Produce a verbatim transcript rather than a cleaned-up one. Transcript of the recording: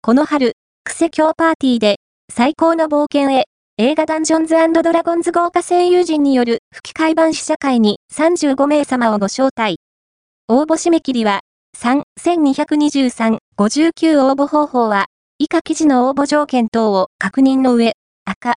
この春、クセ強パーティーで、最高の冒険へ、映画ダンジョンズ&ドラゴンズ豪華声優陣による吹き替え版試写会にさんじゅうごめいさまをご招待。応募締め切りは、さん、せんにひゃくにじゅうさん、ごじゅうきゅう応募方法は、以下記事の応募条件等を確認の上、赤。